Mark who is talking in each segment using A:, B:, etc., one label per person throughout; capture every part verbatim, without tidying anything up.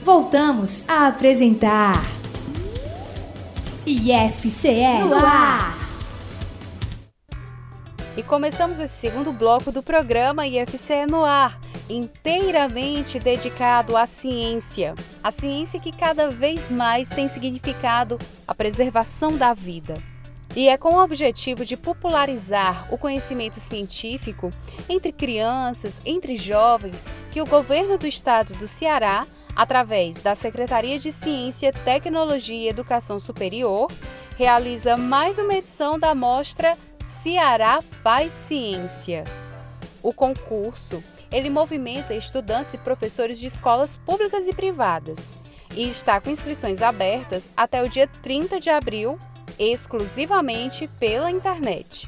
A: Voltamos a apresentar I F C E no ar.
B: E começamos esse segundo bloco do programa I F C E no ar, inteiramente dedicado à ciência. A ciência que cada vez mais tem significado a preservação da vida. E é com o objetivo de popularizar o conhecimento científico entre crianças, entre jovens, que o governo do estado do Ceará, através da Secretaria de Ciência, Tecnologia e Educação Superior, realiza mais uma edição da mostra Ceará Faz Ciência. O concurso, ele movimenta estudantes e professores de escolas públicas e privadas e está com inscrições abertas até o dia trinta de abril, exclusivamente pela internet.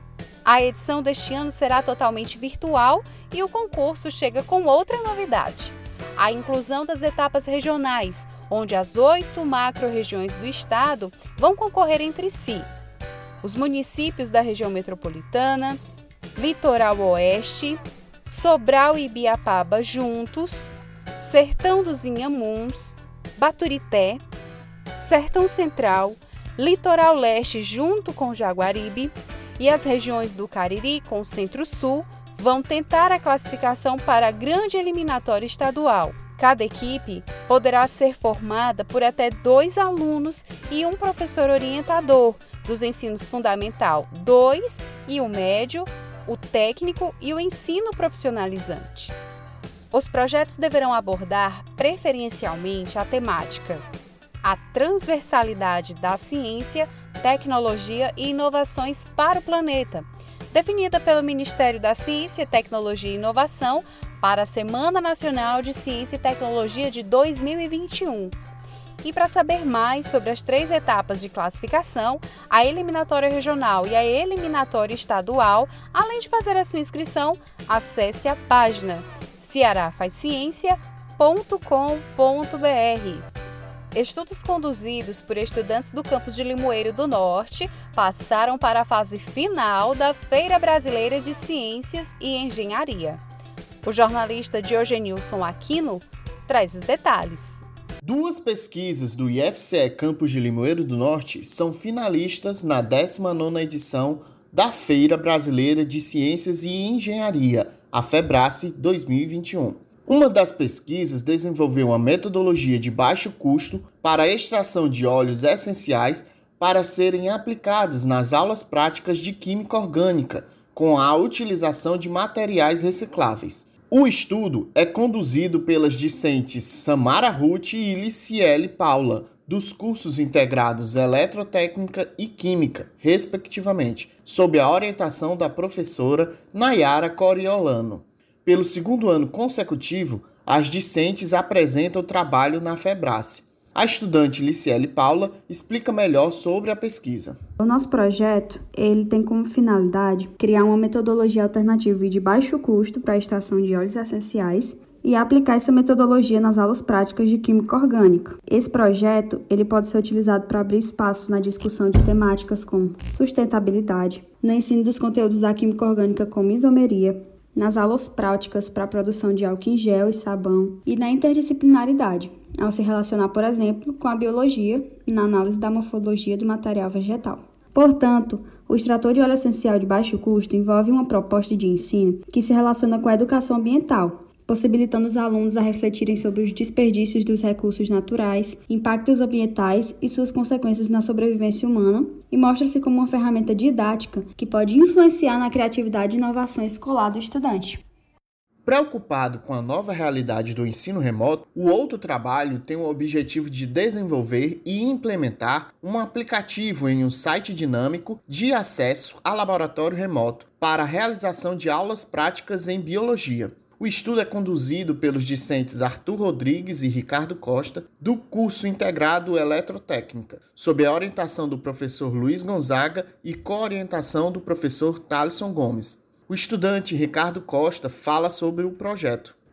B: A edição deste ano será totalmente virtual e o concurso chega com outra novidade: a inclusão das etapas regionais, onde as oito macro-regiões do estado vão concorrer entre si. Os municípios da região metropolitana, Litoral Oeste, Sobral e Ibiapaba juntos, Sertão dos Inhamuns, Baturité, Sertão Central, Litoral Leste junto com Jaguaribe e as regiões do Cariri com o Centro-Sul vão tentar a classificação para a grande eliminatória estadual. Cada equipe poderá ser formada por até dois alunos e um professor orientador dos ensinos fundamental dois e o médio, o técnico e o ensino profissionalizante. Os projetos deverão abordar preferencialmente a temática: a transversalidade da ciência, tecnologia e inovações para o planeta, definida pelo Ministério da Ciência, Tecnologia e Inovação para a Semana Nacional de Ciência e Tecnologia de dois mil e vinte e um. E para saber mais sobre as três etapas de classificação, a eliminatória regional e a eliminatória estadual, além de fazer a sua inscrição, acesse a página ceará faz ciência ponto com ponto b r. Estudos conduzidos por estudantes do campus de Limoeiro do Norte passaram para a fase final da Feira Brasileira de Ciências e Engenharia. O jornalista Diogenilson Aquino traz os detalhes.
C: Duas pesquisas do I F C E Campus de Limoeiro do Norte são finalistas na décima nona edição da Feira Brasileira de Ciências e Engenharia, a FEBRACE dois mil e vinte e um. Uma das pesquisas desenvolveu uma metodologia de baixo custo para a extração de óleos essenciais para serem aplicados nas aulas práticas de Química Orgânica, com a utilização de materiais recicláveis. O estudo é conduzido pelas discentes Samara Ruth e Liciele Paula, dos cursos integrados Eletrotécnica e Química, respectivamente, sob a orientação da professora Nayara Coriolano. Pelo segundo ano consecutivo, as discentes apresentam o trabalho na FEBRACE. A estudante Liciele Paula explica melhor sobre a pesquisa.
D: O nosso projeto ele tem como finalidade criar uma metodologia alternativa e de baixo custo para a extração de óleos essenciais e aplicar essa metodologia nas aulas práticas de Química Orgânica. Esse projeto ele pode ser utilizado para abrir espaço na discussão de temáticas como sustentabilidade, no ensino dos conteúdos da Química Orgânica como isomeria, nas aulas práticas para a produção de álcool em gel e sabão e na interdisciplinaridade, ao se relacionar, por exemplo, com a biologia na análise da morfologia do material vegetal. Portanto, o extrator de óleo essencial de baixo custo envolve uma proposta de ensino que se relaciona com a educação ambiental, possibilitando os alunos a refletirem sobre os desperdícios dos recursos naturais, impactos ambientais e suas consequências na sobrevivência humana, e mostra-se como uma ferramenta didática que pode influenciar na criatividade e inovação escolar do estudante.
C: Preocupado com a nova realidade do ensino remoto, o outro trabalho tem o objetivo de desenvolver e implementar um aplicativo em um site dinâmico de acesso a laboratório remoto para a realização de aulas práticas em biologia. O estudo é conduzido pelos discentes Arthur Rodrigues e Ricardo Costa, do curso integrado Eletrotécnica, sob a orientação do professor Luiz Gonzaga e co-orientação do professor Thalisson Gomes. O estudante Ricardo Costa fala sobre o projeto.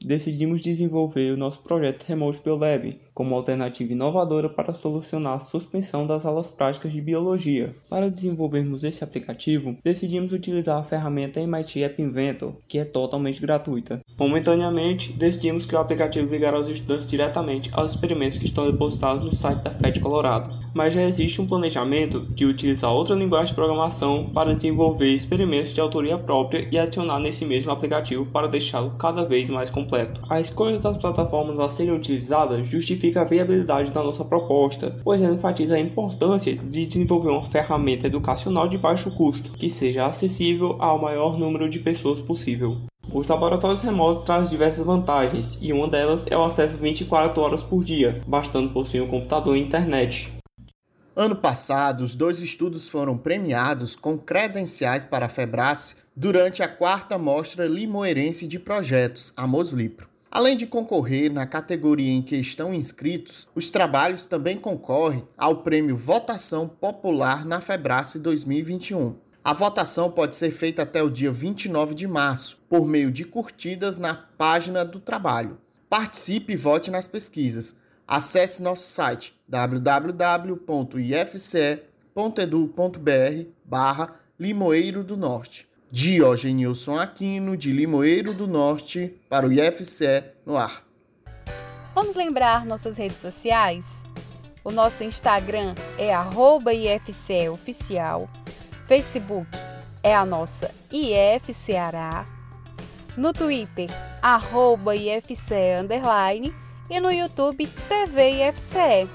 E: decidimos desenvolver o nosso projeto Remote Biolab como alternativa inovadora para solucionar a suspensão das aulas práticas de biologia. Para desenvolvermos esse aplicativo, decidimos utilizar a ferramenta M I T App Inventor, que é totalmente gratuita. Momentaneamente, decidimos que o aplicativo ligará os estudantes diretamente aos experimentos que estão depositados no site da F E T Colorado, mas já existe um planejamento de utilizar outra linguagem de programação para desenvolver experimentos de autoria própria e adicionar nesse mesmo aplicativo para deixá-lo cada vez mais completo. A escolha das plataformas a serem utilizadas justifica a viabilidade da nossa proposta, pois ela enfatiza a importância de desenvolver uma ferramenta educacional de baixo custo, que seja acessível ao maior número de pessoas possível. Os laboratórios remotos trazem diversas vantagens, e uma delas é o acesso vinte e quatro horas por dia, bastando possuir um computador e internet.
C: Ano passado, os dois estudos foram premiados com credenciais para a FEBRASE durante a quarta Mostra Limoeirense de Projetos, a Moslipro. Além de concorrer na categoria em que estão inscritos, os trabalhos também concorrem ao Prêmio Votação Popular na FEBRASE dois mil e vinte e um. A votação pode ser feita até o dia vinte e nove de março, por meio de curtidas na página do trabalho. Participe e vote nas pesquisas. Acesse nosso site w w w ponto i f c e ponto e d u ponto b r barra Limoeiro do Norte. Diogenilson Aquino, de Limoeiro do Norte, para o I F C E no ar.
B: Vamos lembrar nossas redes sociais? O nosso Instagram é arroba I F C E Oficial, Facebook é a nossa I F Ceará, no Twitter, arroba I F C E underline, e no YouTube, T V I F C E.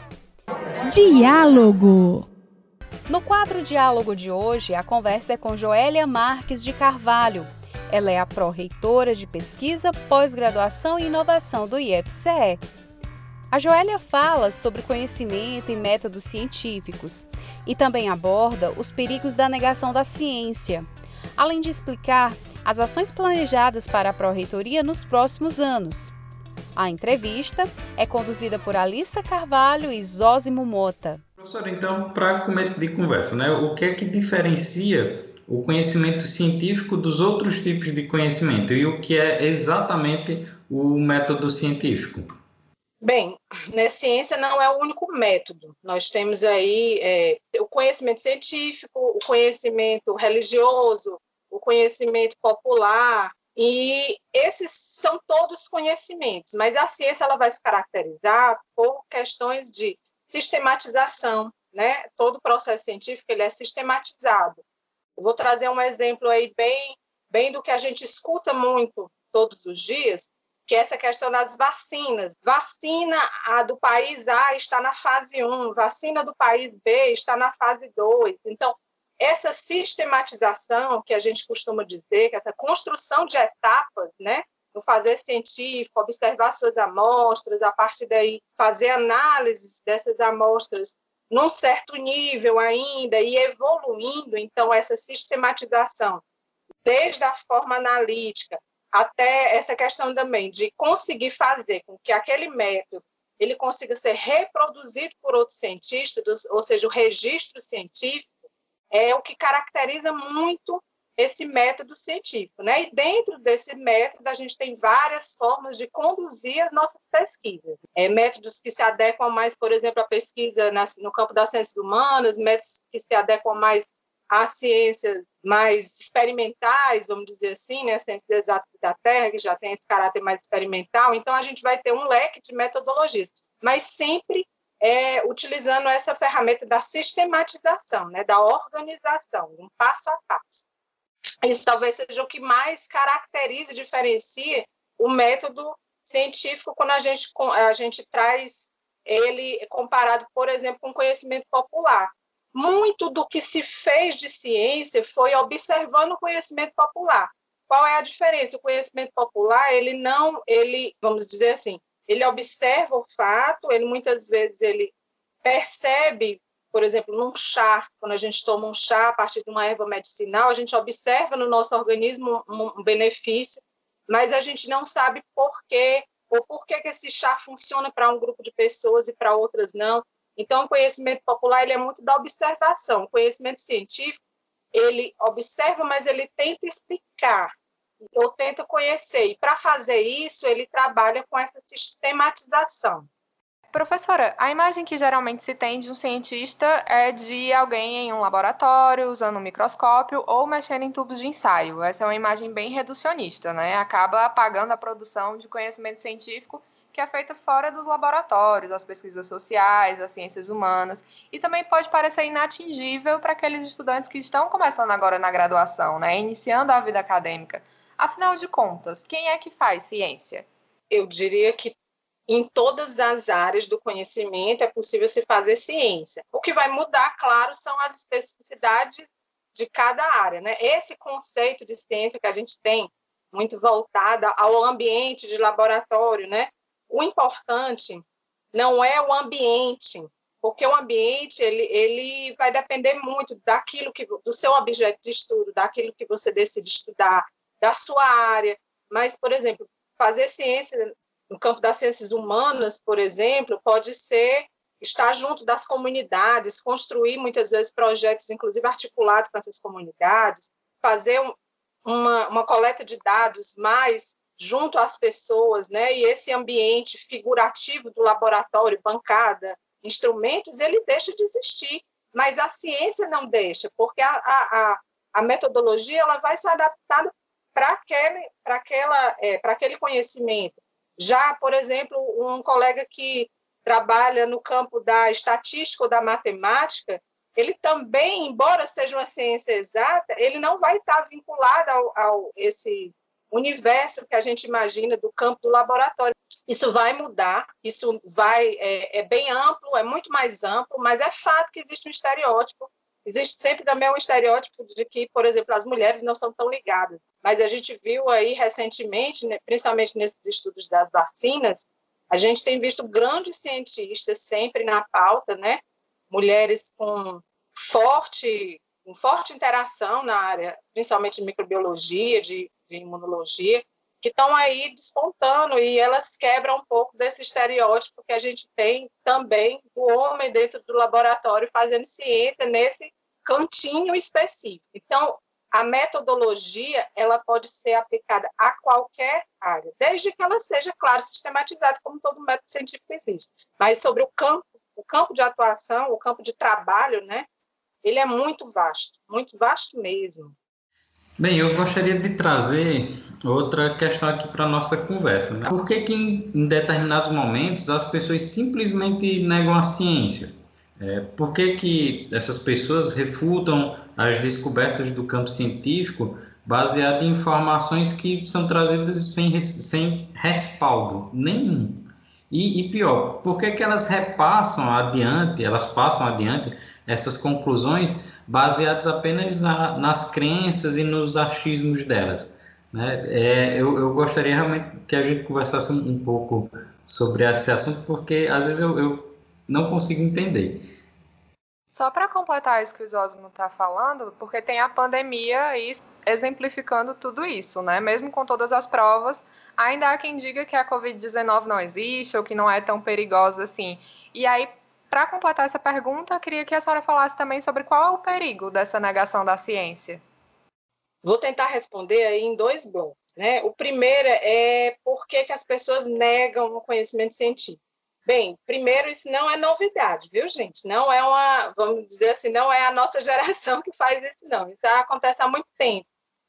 A: Diálogo.
B: No quadro Diálogo de hoje, a conversa é com Joélia Marques de Carvalho. Ela é a pró-reitora de Pesquisa, Pós-Graduação e Inovação do I F C E. A Joélia fala sobre conhecimento e métodos científicos e também aborda os perigos da negação da ciência, além de explicar as ações planejadas para a pró-reitoria nos próximos anos. A entrevista é conduzida por Alissa Carvalho e Zósimo Mota.
F: Professora, então, para começo de conversa, né, o que é que diferencia o conhecimento científico dos outros tipos de conhecimento e o que é exatamente o método científico?
G: Bem, na ciência não é o único método. Nós temos aí é, o conhecimento científico, o conhecimento religioso, o conhecimento popular, e esses são todos conhecimentos, mas a ciência ela vai se caracterizar por questões de sistematização, né? Todo o processo científico ele é sistematizado. Eu vou trazer um exemplo aí bem, bem do que a gente escuta muito todos os dias, que é essa questão das vacinas. Vacina a do país A está na fase um, vacina do país B está na fase dois. Então, essa sistematização que a gente costuma dizer, que essa construção de etapas, né, no fazer científico, observar suas amostras, a partir daí fazer análises dessas amostras num certo nível ainda e evoluindo, então, essa sistematização, desde a forma analítica até essa questão também de conseguir fazer com que aquele método ele consiga ser reproduzido por outros cientistas, ou seja, o registro científico, é o que caracteriza muito esse método científico, né? E dentro desse método, a gente tem várias formas de conduzir as nossas pesquisas. É, métodos que se adequam mais, por exemplo, à pesquisa nas, no campo das ciências humanas, métodos que se adequam mais às ciências mais experimentais, vamos dizer assim, né? Ciências exatas da Terra, que já tem esse caráter mais experimental. Então, a gente vai ter um leque de metodologias, mas sempre É, utilizando essa ferramenta da sistematização, né, da organização, um passo a passo. Isso talvez seja o que mais caracteriza e diferencia o método científico quando a gente, a gente traz ele comparado, por exemplo, com o conhecimento popular. Muito do que se fez de ciência foi observando o conhecimento popular. Qual é a diferença? O conhecimento popular, ele não, ele, vamos dizer assim, ele observa o fato, ele muitas vezes ele percebe, por exemplo, num chá, quando a gente toma um chá a partir de uma erva medicinal, a gente observa no nosso organismo um benefício, mas a gente não sabe por quê, ou por que que esse chá funciona para um grupo de pessoas e para outras não. Então, o conhecimento popular ele é muito da observação. O conhecimento científico, ele observa, mas ele tenta explicar. ou tenta conhecer. E para fazer isso, ele trabalha com essa sistematização.
H: Professora, a imagem que geralmente se tem de um cientista é de alguém em um laboratório, usando um microscópio ou mexendo em tubos de ensaio. Essa é uma imagem bem reducionista, né? Acaba apagando a produção de conhecimento científico que é feita fora dos laboratórios, as pesquisas sociais, as ciências humanas, e também pode parecer inatingível para aqueles estudantes que estão começando agora na graduação, né? Iniciando a vida acadêmica. Afinal de contas, quem é que faz ciência?
G: Eu diria que em todas as áreas do conhecimento é possível se fazer ciência. O que vai mudar, claro, são as especificidades de cada área, né? Esse conceito de ciência que a gente tem, muito voltado ao ambiente de laboratório, né? O importante não é o ambiente, porque o ambiente ele, ele vai depender muito daquilo que, do seu objeto de estudo, daquilo que você decide estudar, da sua área. Mas, por exemplo, fazer ciência no campo das ciências humanas, por exemplo, pode ser estar junto das comunidades, construir muitas vezes projetos, inclusive articulados com essas comunidades, fazer um, uma, uma coleta de dados mais junto às pessoas, né? E esse ambiente figurativo do laboratório, bancada, instrumentos, ele deixa de existir, mas a ciência não deixa, porque a, a, a metodologia ela vai se adaptar para aquele, para aquela, é, para aquele conhecimento. Já, por exemplo, um colega que trabalha no campo da estatística ou da matemática, ele também, embora seja uma ciência exata, ele não vai estar vinculado ao, ao esse universo que a gente imagina do campo do laboratório. Isso vai mudar, isso vai, é, é bem amplo, é muito mais amplo, mas é fato que existe um estereótipo. Existe sempre também um estereótipo de que, por exemplo, as mulheres não são tão ligadas. Mas a gente viu aí recentemente, né, principalmente nesses estudos das vacinas, a gente tem visto grandes cientistas sempre na pauta, né? Mulheres com forte, com forte interação na área, principalmente de microbiologia, de, de imunologia, que estão aí despontando e elas quebram um pouco desse estereótipo que a gente tem também do homem dentro do laboratório fazendo ciência nesse cantinho específico. Então, a metodologia ela pode ser aplicada a qualquer área, desde que ela seja, claro, sistematizada, como todo método científico existe. Mas sobre o campo, o campo de atuação, o campo de trabalho, né, ele é muito vasto, muito vasto mesmo.
F: Bem, eu gostaria de trazer outra questão aqui para a nossa conversa, né? Por que que em, em determinados momentos as pessoas simplesmente negam a ciência? É, por que que essas pessoas refutam as descobertas do campo científico baseado em informações que são trazidas sem, sem respaldo nenhum? E, e pior, por que que elas repassam adiante, elas passam adiante essas conclusões baseadas apenas na, nas crenças e nos achismos delas? Né? É, eu, eu gostaria realmente que a gente conversasse um, um pouco sobre esse assunto, porque às vezes eu, eu não consigo entender.
H: Só para completar isso que o Zósimo está falando, porque tem a pandemia aí exemplificando tudo isso, né? Mesmo com todas as provas, ainda há quem diga que a covid dezenove não existe ou que não é tão perigosa assim. E aí, para completar essa pergunta, eu queria que a senhora falasse também sobre qual é o perigo dessa negação da ciência.
G: Vou tentar responder aí em dois blocos, né? O primeiro é por que que as pessoas negam o conhecimento científico. Bem, primeiro, isso não é novidade, viu, gente? Não é uma, vamos dizer assim, não é a nossa geração que faz isso, não. Isso acontece há muito tempo.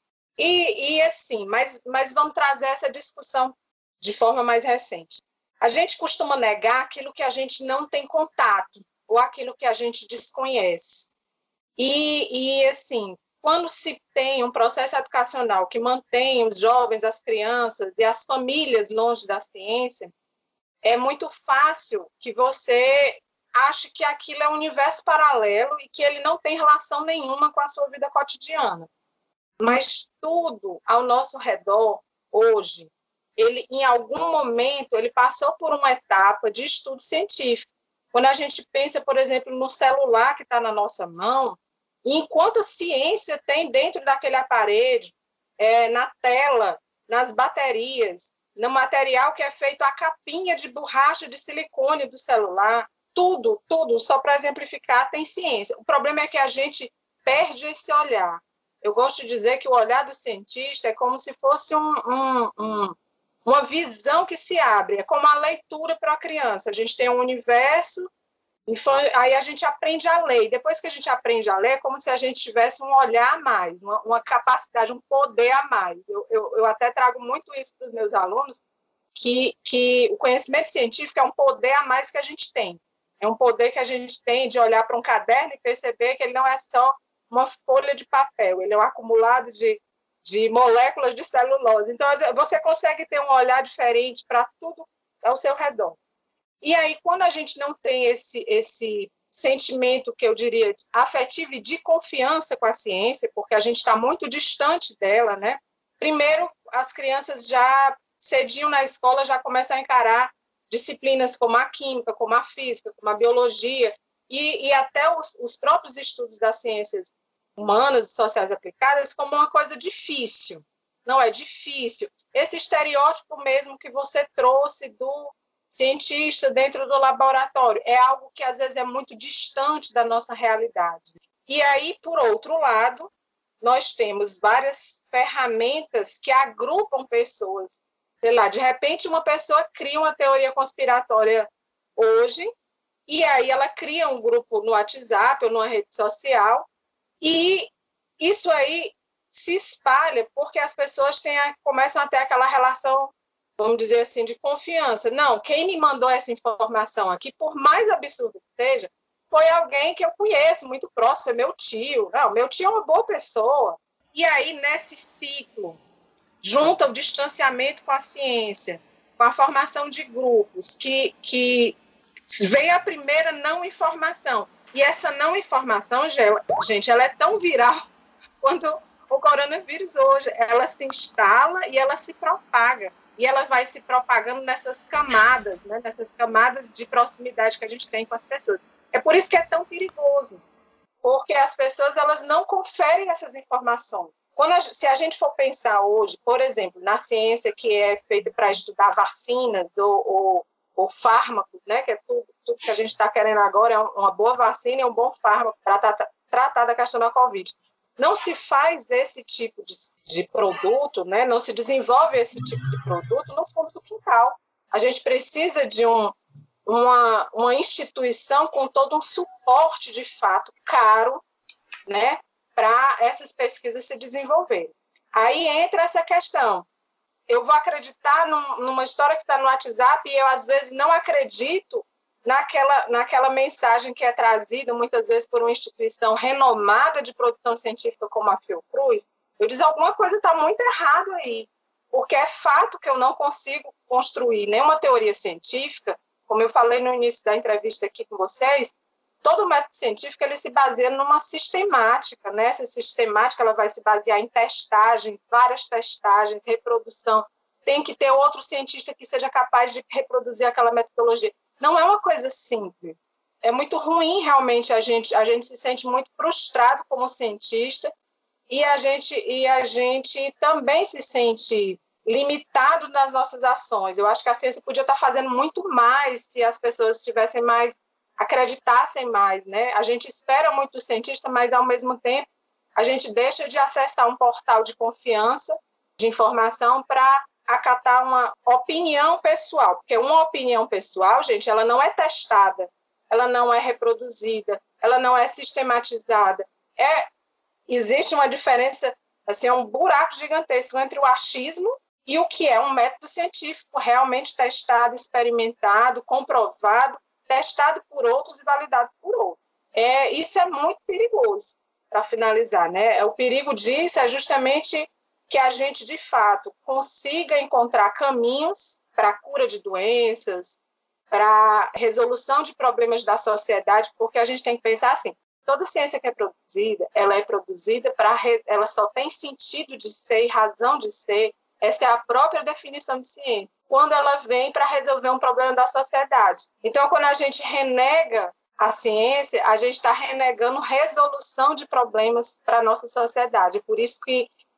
G: E, e assim, mas, mas vamos trazer essa discussão de forma mais recente. A gente costuma negar aquilo que a gente não tem contato, ou aquilo que a gente desconhece. E, e assim, quando se tem um processo educacional que mantém os jovens, as crianças e as famílias longe da ciência, é muito fácil que você ache que aquilo é um universo paralelo e que ele não tem relação nenhuma com a sua vida cotidiana. Mas tudo ao nosso redor, hoje, ele, em algum momento, ele passou por uma etapa de estudo científico. Quando a gente pensa, por exemplo, no celular que está na nossa mão, enquanto a ciência tem dentro daquele aparelho, é, na tela, nas baterias, no material que é feito a capinha de borracha de silicone do celular, tudo, tudo, só para exemplificar, tem ciência. O problema é que a gente perde esse olhar. Eu gosto de dizer que o olhar do cientista é como se fosse um, um, um, uma visão que se abre, é como a leitura para a criança. A gente tem um universo, aí a gente aprende a ler. Depois que a gente aprende a ler, é como se a gente tivesse um olhar a mais, uma, uma capacidade, um poder a mais. Eu, eu, eu até trago muito isso para os meus alunos, que, que o conhecimento científico é um poder a mais que a gente tem. É um poder que a gente tem de olhar para um caderno e perceber que ele não é só uma folha de papel, ele é um acumulado de, de moléculas de celulose. Então, você consegue ter um olhar diferente para tudo ao seu redor. E aí, quando a gente não tem esse, esse sentimento, que eu diria, afetivo e de confiança com a ciência, porque a gente está muito distante dela, né? Primeiro, as crianças já cedinho na escola já começam a encarar disciplinas como a química, como a física, como a biologia, e, e até os, os próprios estudos das ciências humanas e sociais aplicadas como uma coisa difícil. Não é difícil. Esse estereótipo mesmo que você trouxe do cientista dentro do laboratório é algo que às vezes é muito distante da nossa realidade. E aí, por outro lado, nós temos várias ferramentas que agrupam pessoas. Sei lá, de repente uma pessoa cria uma teoria conspiratória hoje, e aí ela cria um grupo no WhatsApp ou numa rede social, e isso aí se espalha porque as pessoas têm a, começam a ter aquela relação, vamos dizer assim, de confiança. Não, quem me mandou essa informação aqui, por mais absurdo que seja, foi alguém que eu conheço, muito próximo, foi meu tio. Não, meu tio é uma boa pessoa. E aí, nesse ciclo, junta o distanciamento com a ciência, com a formação de grupos, que, que vem a primeira não informação. E essa não informação, gente, ela é tão viral quanto o coronavírus hoje. Ela se instala e ela se propaga. E ela vai se propagando nessas camadas, né? Nessas camadas de proximidade que a gente tem com as pessoas. É por isso que é tão perigoso, porque as pessoas elas não conferem essas informações. Quando a, se a gente for pensar hoje, por exemplo, na ciência que é feita para estudar vacinas ou, ou, ou fármacos, né, que é tudo, tudo que a gente está querendo agora, é uma boa vacina e um bom fármaco para tratar, tratar da questão da Covid. Não se faz esse tipo de, de produto, né, não se desenvolve esse tipo de produto no fundo do quintal. A gente precisa de um, uma, uma instituição com todo um suporte, de fato, caro, né, para essas pesquisas se desenvolverem. Aí entra essa questão. Eu vou acreditar num, numa história que está no WhatsApp e eu, às vezes, não acredito naquela, naquela mensagem que é trazida, muitas vezes, por uma instituição renomada de produção científica como a Fiocruz. Eu digo, alguma coisa está muito errado aí, porque é fato que eu não consigo construir nenhuma teoria científica, como eu falei no início da entrevista aqui com vocês. Todo método científico ele se baseia numa sistemática, né? Essa sistemática ela vai se basear em testagem, várias testagens, reprodução. Tem que ter outro cientista que seja capaz de reproduzir aquela metodologia. Não é uma coisa simples. É muito ruim, realmente, a gente, a gente se sente muito frustrado como cientista e a gente, e a gente também se sente limitado nas nossas ações. Eu acho que a ciência podia estar fazendo muito mais se as pessoas tivessem mais acreditassem mais, né? A gente espera muito do cientista, mas, ao mesmo tempo, a gente deixa de acessar um portal de confiança, de informação, para acatar uma opinião pessoal. Porque uma opinião pessoal, gente, ela não é testada, ela não é reproduzida, ela não é sistematizada. É, existe uma diferença, assim, é um buraco gigantesco entre o achismo e o que é um método científico realmente testado, experimentado, comprovado, testado por outros e validado por outros. É, isso é muito perigoso, para finalizar, né? O perigo disso é justamente que a gente, de fato, consiga encontrar caminhos para a cura de doenças, para a resolução de problemas da sociedade, porque a gente tem que pensar assim, toda ciência que é produzida, ela é produzida para, ela só tem sentido de ser e razão de ser, essa é a própria definição de ciência, quando ela vem para resolver um problema da sociedade. Então, quando a gente renega a ciência, a gente está renegando resolução de problemas para a nossa sociedade. Por isso que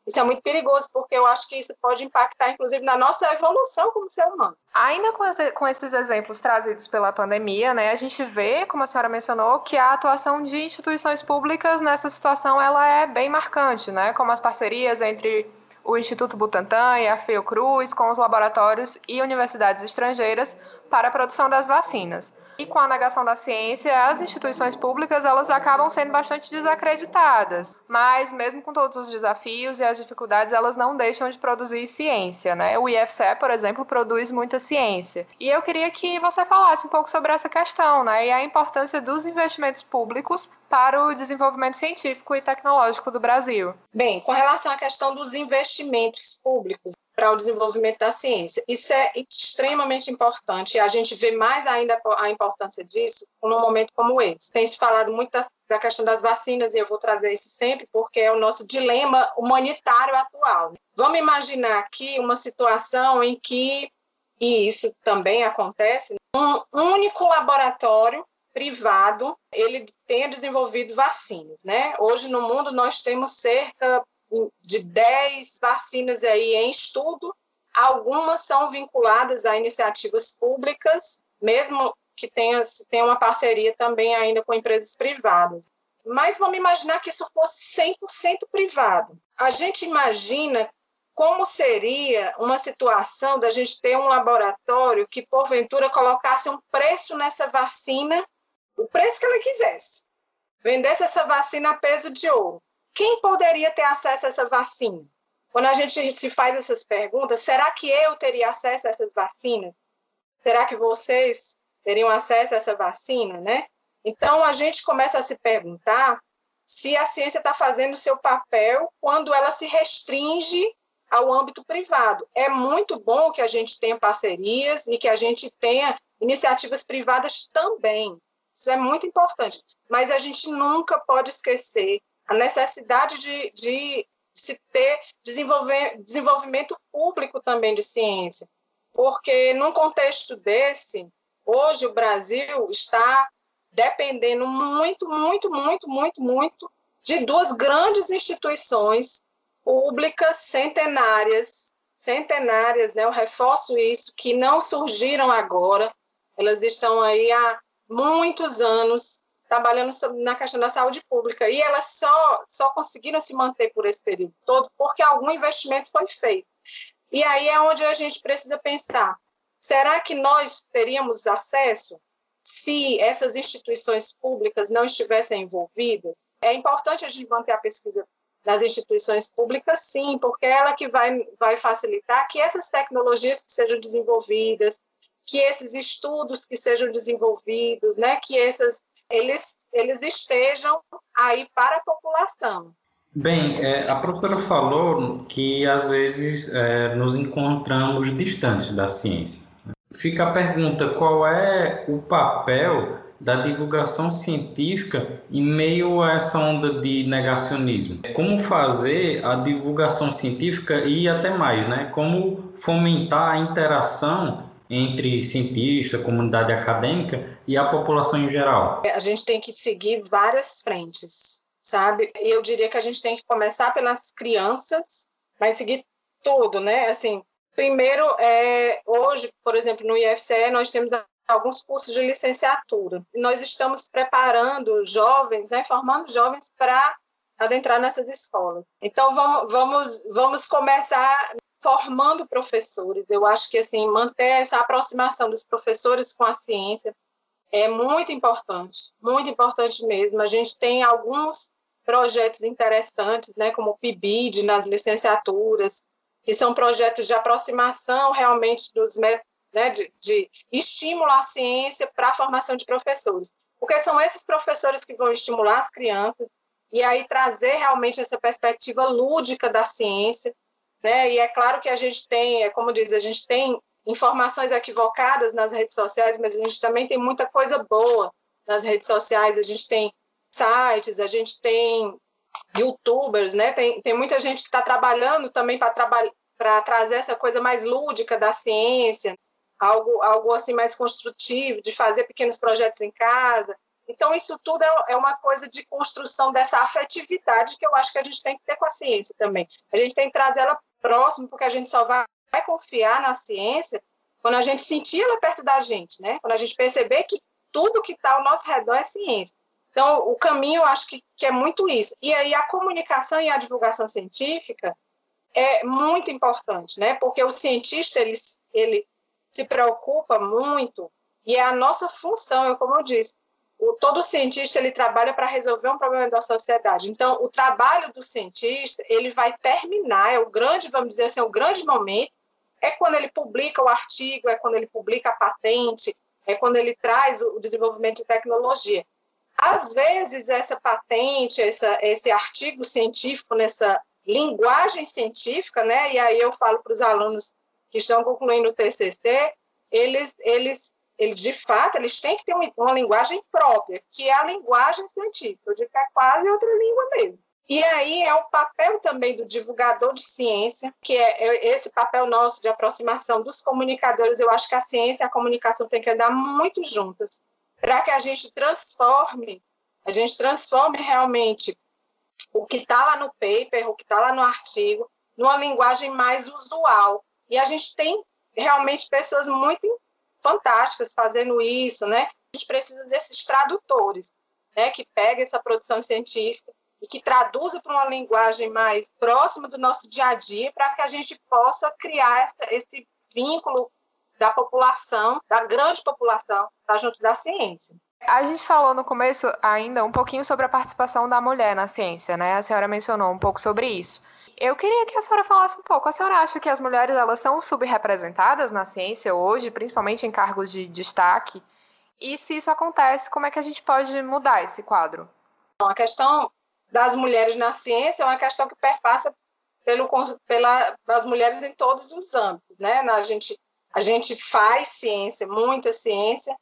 G: Isso é muito perigoso, porque eu acho que isso pode impactar, inclusive, na nossa evolução como ser humano.
H: Ainda com, esse, com esses exemplos trazidos pela pandemia, né, a gente vê, como a senhora mencionou, que a atuação de instituições públicas nessa situação ela é bem marcante, né, como as parcerias entre o Instituto Butantan e a Fiocruz com os laboratórios e universidades estrangeiras para a produção das vacinas. E com a negação da ciência, as instituições públicas elas acabam sendo bastante desacreditadas. Mas, mesmo com todos os desafios e as dificuldades, elas não deixam de produzir ciência, né? O I F C E, por exemplo, produz muita ciência. E eu queria que você falasse um pouco sobre essa questão, né? E a importância dos investimentos públicos para o desenvolvimento científico e tecnológico do Brasil.
G: Bem, com relação à questão dos investimentos públicos para o desenvolvimento da ciência, isso é extremamente importante e a gente vê mais ainda a importância disso num momento como esse. Tem se falado muito da, da questão das vacinas e eu vou trazer isso sempre porque é o nosso dilema humanitário atual. Vamos imaginar aqui uma situação em que, e isso também acontece, um único laboratório privado, ele tenha desenvolvido vacinas, né? Hoje no mundo nós temos cerca de dez vacinas aí em estudo, algumas são vinculadas a iniciativas públicas, mesmo que tenha, tenha uma parceria também ainda com empresas privadas. Mas vamos imaginar que isso fosse cem por cento privado. A gente imagina como seria uma situação da gente ter um laboratório que, porventura, colocasse um preço nessa vacina, o preço que ela quisesse, vendesse essa vacina a peso de ouro. Quem poderia ter acesso a essa vacina? Quando a gente se faz essas perguntas, será que eu teria acesso a essas vacinas? Será que vocês teriam acesso a essa vacina, né? Então, a gente começa a se perguntar se a ciência está fazendo o seu papel quando ela se restringe ao âmbito privado. É muito bom que a gente tenha parcerias e que a gente tenha iniciativas privadas também. Isso é muito importante. Mas a gente nunca pode esquecer a necessidade de, de se ter desenvolver, desenvolvimento público também de ciência. Porque, num contexto desse, hoje o Brasil está dependendo muito, muito, muito, muito, muito de duas grandes instituições públicas centenárias, centenárias, né? Eu reforço isso, que não surgiram agora, elas estão aí há muitos anos trabalhando na questão da saúde pública, e elas só, só conseguiram se manter por esse período todo porque algum investimento foi feito. E aí é onde a gente precisa pensar, será que nós teríamos acesso se essas instituições públicas não estivessem envolvidas? É importante a gente manter a pesquisa das instituições públicas, sim, porque é ela que vai, vai facilitar que essas tecnologias que sejam desenvolvidas, que esses estudos que sejam desenvolvidos, né, que essas Eles, eles estejam aí para a população.
F: Bem, é, a professora falou que às vezes é, nos encontramos distantes da ciência. Fica a pergunta, qual é o papel da divulgação científica em meio a essa onda de negacionismo? Como fazer a divulgação científica e até mais, né? Como fomentar a interação entre cientistas, comunidade acadêmica e a população em geral?
G: A gente tem que seguir várias frentes, sabe? E eu diria que a gente tem que começar pelas crianças, mas seguir tudo, né? Assim, primeiro, é, hoje, por exemplo, no I F C E, nós temos alguns cursos de licenciatura. Nós estamos preparando jovens, né, formando jovens para adentrar nessas escolas. Então, vamos, vamos, vamos começar formando professores. Eu acho que assim, manter essa aproximação dos professores com a ciência é muito importante, muito importante mesmo. A gente tem alguns projetos interessantes, né, como o P I B I D nas licenciaturas, que são projetos de aproximação realmente dos métodos, né, de, de estímulo à ciência para a formação de professores, porque são esses professores que vão estimular as crianças e aí trazer realmente essa perspectiva lúdica da ciência, né? E é claro que a gente tem, é como diz, a gente tem informações equivocadas nas redes sociais, mas a gente também tem muita coisa boa nas redes sociais, a gente tem sites, a gente tem youtubers, né? Tem, tem muita gente que está trabalhando também para traba- para trazer essa coisa mais lúdica da ciência, algo, algo assim mais construtivo, de fazer pequenos projetos em casa. Então, isso tudo é uma coisa de construção dessa afetividade que eu acho que a gente tem que ter com a ciência também. A gente tem que trazer ela próximo, porque a gente só vai, vai confiar na ciência quando a gente sentir ela perto da gente, né? Quando a gente perceber que tudo que está ao nosso redor é ciência. Então, o caminho, eu acho que, que é muito isso. E aí, a comunicação e a divulgação científica é muito importante, né? Porque o cientista, ele, ele se preocupa muito, e é a nossa função, eu, como eu disse, o, todo cientista, ele trabalha para resolver um problema da sociedade. Então, o trabalho do cientista, ele vai terminar, é o grande, vamos dizer assim, é o grande momento, é quando ele publica o artigo, é quando ele publica a patente, é quando ele traz o desenvolvimento de tecnologia. Às vezes, essa patente, essa, esse artigo científico, nessa linguagem científica, né? E aí eu falo para os alunos que estão concluindo o T C C, eles, eles, eles, de fato, eles têm que ter uma, uma linguagem própria, que é a linguagem científica. Eu digo que é quase outra língua mesmo. E aí é o papel também do divulgador de ciência, que é esse papel nosso de aproximação dos comunicadores. Eu acho que a ciência e a comunicação têm que andar muito juntas, para que a gente transforme, a gente transforme realmente o que está lá no paper, o que está lá no artigo, numa linguagem mais usual. E a gente tem realmente pessoas muito fantásticas fazendo isso, né? A gente precisa desses tradutores, né, que pegam essa produção científica e que traduzem para uma linguagem mais próxima do nosso dia a dia, para que a gente possa criar essa, esse vínculo da população, da grande população, tá junto da ciência.
H: A gente falou no começo ainda um pouquinho sobre a participação da mulher na ciência, né? A senhora mencionou um pouco sobre isso. Eu queria que a senhora falasse um pouco. A senhora acha que as mulheres, elas são subrepresentadas na ciência hoje, principalmente em cargos de destaque? E se isso acontece, como é que a gente pode mudar esse quadro?
G: A questão das mulheres na ciência é uma questão que perpassa pelo, pela, das mulheres em todos os âmbitos, né? A gente, a gente faz ciência, muita ciência,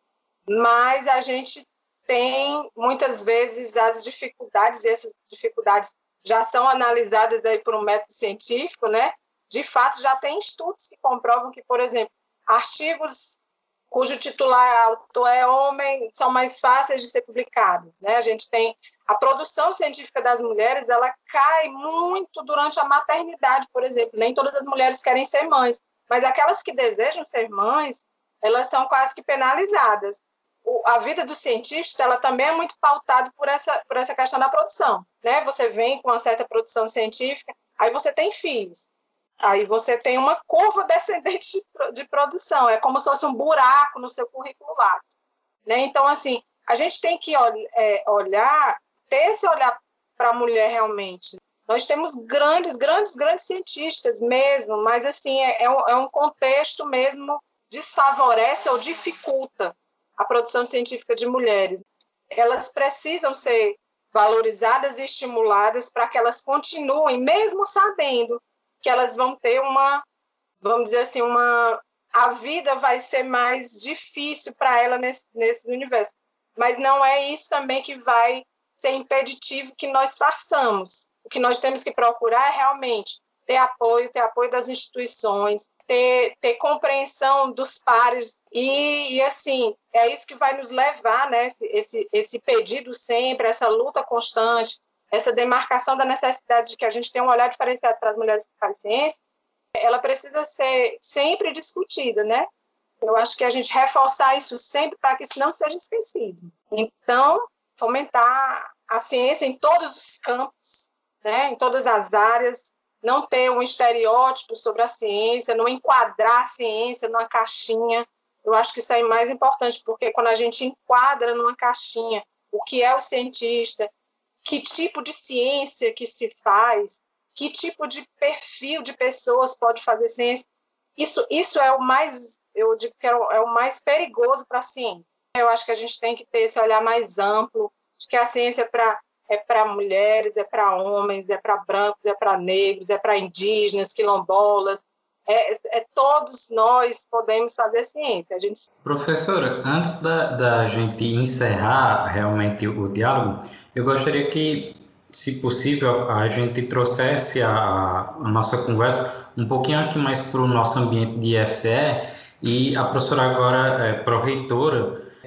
G: mas a gente tem, muitas vezes, as dificuldades, e essas dificuldades já são analisadas aí por um método científico, né? De fato, já tem estudos que comprovam que, por exemplo, artigos cujo titular autor é homem são mais fáceis de ser publicados, né? A gente tem a produção científica das mulheres, ela cai muito durante a maternidade, por exemplo. Nem todas as mulheres querem ser mães, mas aquelas que desejam ser mães, elas são quase que penalizadas. O, a vida do cientista, ela também é muito pautada por essa, por essa questão da produção, né? Você vem com uma certa produção científica, aí você tem filhos. Aí você tem uma curva descendente de, de produção, é como se fosse um buraco no seu currículo lá, né? Então, assim, a gente tem que ol, é, olhar, ter esse olhar para a mulher realmente. Nós temos grandes, grandes, grandes cientistas mesmo, mas, assim, é, é, um, é um contexto mesmo desfavorece ou dificulta a produção científica de mulheres. Elas precisam ser valorizadas e estimuladas para que elas continuem, mesmo sabendo que elas vão ter uma, vamos dizer assim, uma, a vida vai ser mais difícil para ela nesse, nesse universo. Mas não é isso também que vai ser impeditivo que nós façamos. O que nós temos que procurar é realmente ter apoio, ter apoio das instituições, ter, ter compreensão dos pares e, e, assim, é isso que vai nos levar, né, esse, esse, esse pedido sempre, essa luta constante, essa demarcação da necessidade de que a gente tenha um olhar diferenciado para as mulheres que fazem ciência, ela precisa ser sempre discutida, né? Eu acho que a gente reforçar isso sempre para que isso não seja esquecido. Então, fomentar a ciência em todos os campos, né? Em todas as áreas, não ter um estereótipo sobre a ciência, não enquadrar a ciência numa caixinha. Eu acho que isso é mais importante, porque quando a gente enquadra numa caixinha o que é o cientista, que tipo de ciência que se faz, que tipo de perfil de pessoas pode fazer ciência. Isso, isso é o mais, eu digo que é o, é o mais perigoso para a ciência. Eu acho que a gente tem que ter esse olhar mais amplo, de que a ciência é para é para mulheres, é para homens, é para brancos, é para negros, é para indígenas, quilombolas. É, é, todos nós podemos fazer ciência. A gente...
F: Professora, antes da, da gente encerrar realmente o diálogo, eu gostaria que, se possível, a gente trouxesse a, a nossa conversa um pouquinho aqui mais para o nosso ambiente de I F C E, e a professora agora é pró-reitora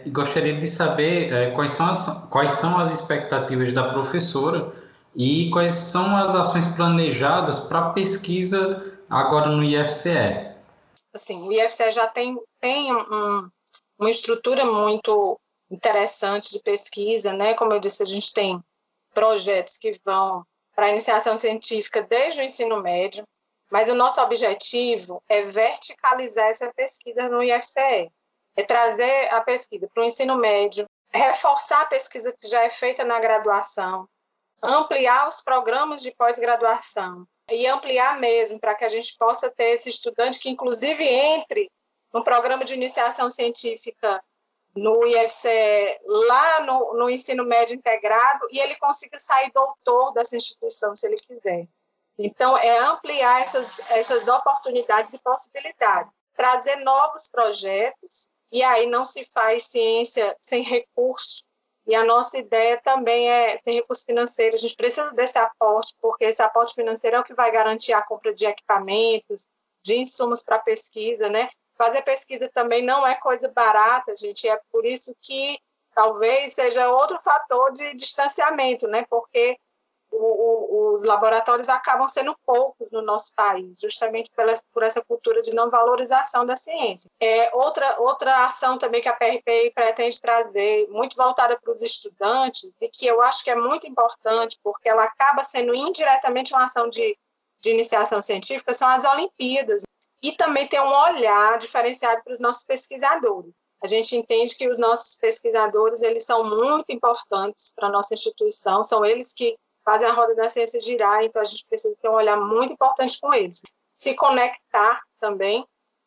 F: Gostaria de saber é, quais, são as, quais são as expectativas da professora e quais são as ações planejadas para a pesquisa agora no I F C E.
G: Assim, o I F C E já tem, tem um, uma estrutura muito interessante de pesquisa, né? Como eu disse, a gente tem projetos que vão para a iniciação científica desde o ensino médio, mas o nosso objetivo é verticalizar essa pesquisa no I F C E. É trazer a pesquisa para o ensino médio, reforçar a pesquisa que já é feita na graduação, ampliar os programas de pós-graduação e ampliar mesmo para que a gente possa ter esse estudante que, inclusive, entre no programa de iniciação científica no I F C E, lá no, no ensino médio integrado, e ele consiga sair doutor dessa instituição, se ele quiser. Então, é ampliar essas, essas oportunidades e possibilidades, trazer novos projetos. E aí não se faz ciência sem recurso. E a nossa ideia também é sem recurso financeiro. A gente precisa desse aporte, porque esse aporte financeiro é o que vai garantir a compra de equipamentos, de insumos para pesquisa, né? Fazer pesquisa também não é coisa barata, gente. É por isso que talvez seja outro fator de distanciamento, né? Porque o, o, os laboratórios acabam sendo poucos no nosso país, justamente pela, por essa cultura de não valorização da ciência. É, outra, outra ação também que a P R P I pretende trazer, muito voltada para os estudantes, e que eu acho que é muito importante, porque ela acaba sendo indiretamente uma ação de, de iniciação científica, são as Olimpíadas. E também tem um olhar diferenciado para os nossos pesquisadores. A gente entende que os nossos pesquisadores, eles são muito importantes para a nossa instituição, são eles que fazem a roda da ciência girar, então a gente precisa ter um olhar muito importante com eles. Se conectar também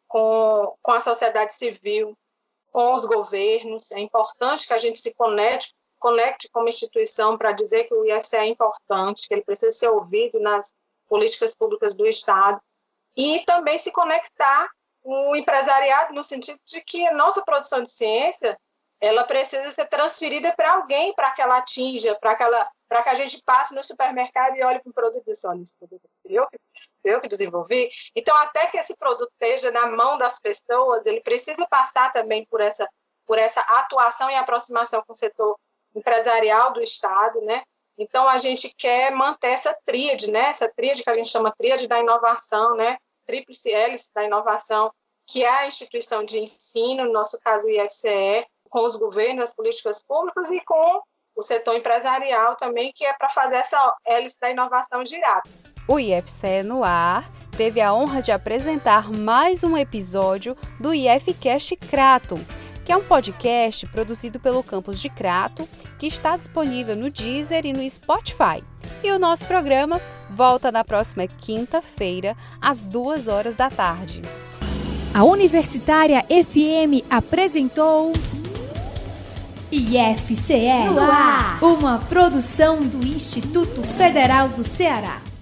G: com, com a sociedade civil, com os governos. É importante que a gente se conecte, conecte como instituição para dizer que o I F C E é importante, que ele precisa ser ouvido nas políticas públicas do Estado. E também se conectar com o empresariado no sentido de que a nossa produção de ciência ela precisa ser transferida para alguém, para que ela atinja, para que, ela, para que a gente passe no supermercado e olhe para um produto e diz, olha, esse produto eu que, eu que desenvolvi. Então, até que esse produto esteja na mão das pessoas, ele precisa passar também por essa, por essa atuação e aproximação com o setor empresarial do Estado, né? Então, a gente quer manter essa tríade, né? Essa tríade que a gente chama tríade da inovação, né? Tríplice hélice da inovação, que é a instituição de ensino, no nosso caso o I F C E, com os governos, as políticas públicas e com o setor empresarial também, que é para fazer essa hélice da inovação girar.
B: O I F C E no ar teve a honra de apresentar mais um episódio do IFCast Crato, que é um podcast produzido pelo campus de Crato, que está disponível no Deezer e no Spotify. E o nosso programa volta na próxima quinta-feira, às duas horas da tarde.
A: A Universitária F M apresentou I F C E no ar, uma produção do Instituto Federal do Ceará.